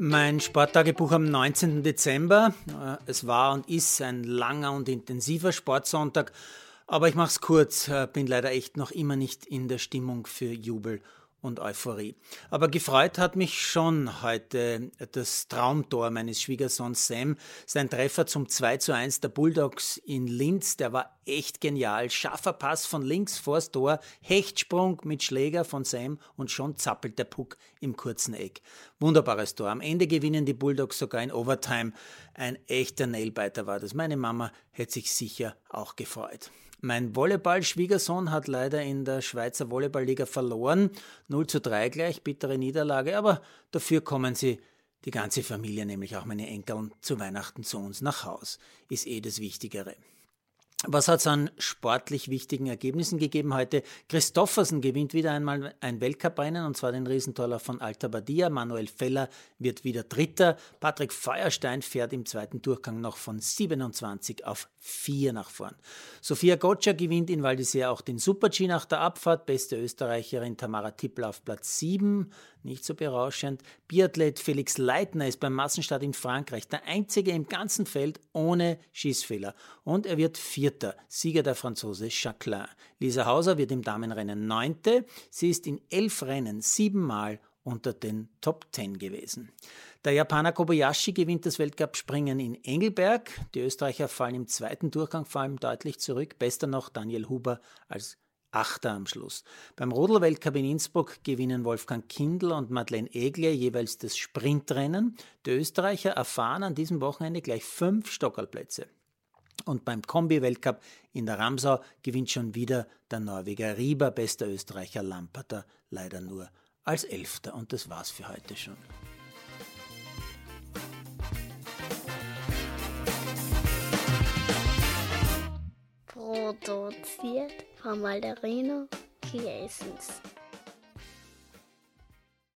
Mein Sporttagebuch am 19. Dezember. Es war und ist ein langer und intensiver Sportsonntag, aber ich mach's kurz, bin leider echt noch immer nicht in der Stimmung für Jubel und Euphorie. Aber gefreut hat mich schon heute das Traumtor meines Schwiegersohns Sam. Sein Treffer zum 2:1 der Bulldogs in Linz, der war echt genial. Scharfer Pass von links vors Tor, Hechtsprung mit Schläger von Sam und schon zappelt der Puck im kurzen Eck. Wunderbares Tor. Am Ende gewinnen die Bulldogs sogar in Overtime. Ein echter Nailbiter war das. Meine Mama hätte sich sicher auch gefreut. Mein Volleyball-Schwiegersohn hat leider in der Schweizer Volleyballliga verloren. 0:3 gleich, bittere Niederlage, aber dafür kommen sie, die ganze Familie, nämlich auch meine Enkeln, zu Weihnachten zu uns nach Haus. Ist das Wichtigere. Was hat es an sportlich wichtigen Ergebnissen gegeben heute? Christoffersen gewinnt wieder einmal ein Weltcuprennen, und zwar den Riesentorlauf von Alta Badia. Manuel Feller wird wieder Dritter. Patrick Feuerstein fährt im zweiten Durchgang noch von 27 auf 4 nach vorn. Sophia Gotcha gewinnt in Val d'Isère auch den Super-G nach der Abfahrt. Beste Österreicherin Tamara Tippler auf Platz 7. Nicht so berauschend. Biathlet Felix Leitner ist beim Massenstart in Frankreich der einzige im ganzen Feld ohne Schießfehler. Und er wird Vierter, Sieger der Franzose Jacquelin. Lisa Hauser wird im Damenrennen 9. Sie ist in 11 Rennen 7-mal unter den Top 10 gewesen. Der Japaner Kobayashi gewinnt das Weltcup-Springen in Engelberg. Die Österreicher fallen im zweiten Durchgang vor allem deutlich zurück. Bester noch Daniel Huber als Achter am Schluss. Beim Rodel-Weltcup in Innsbruck gewinnen Wolfgang Kindl und Madeleine Eglier jeweils das Sprintrennen. Die Österreicher erfahren an diesem Wochenende gleich 5 Stockerlplätze. Und beim Kombi-Weltcup in der Ramsau gewinnt schon wieder der Norweger Rieber, bester Österreicher Lamperter, leider nur als 11. Und das war's für heute schon. Produziert von Malderino Chiesens.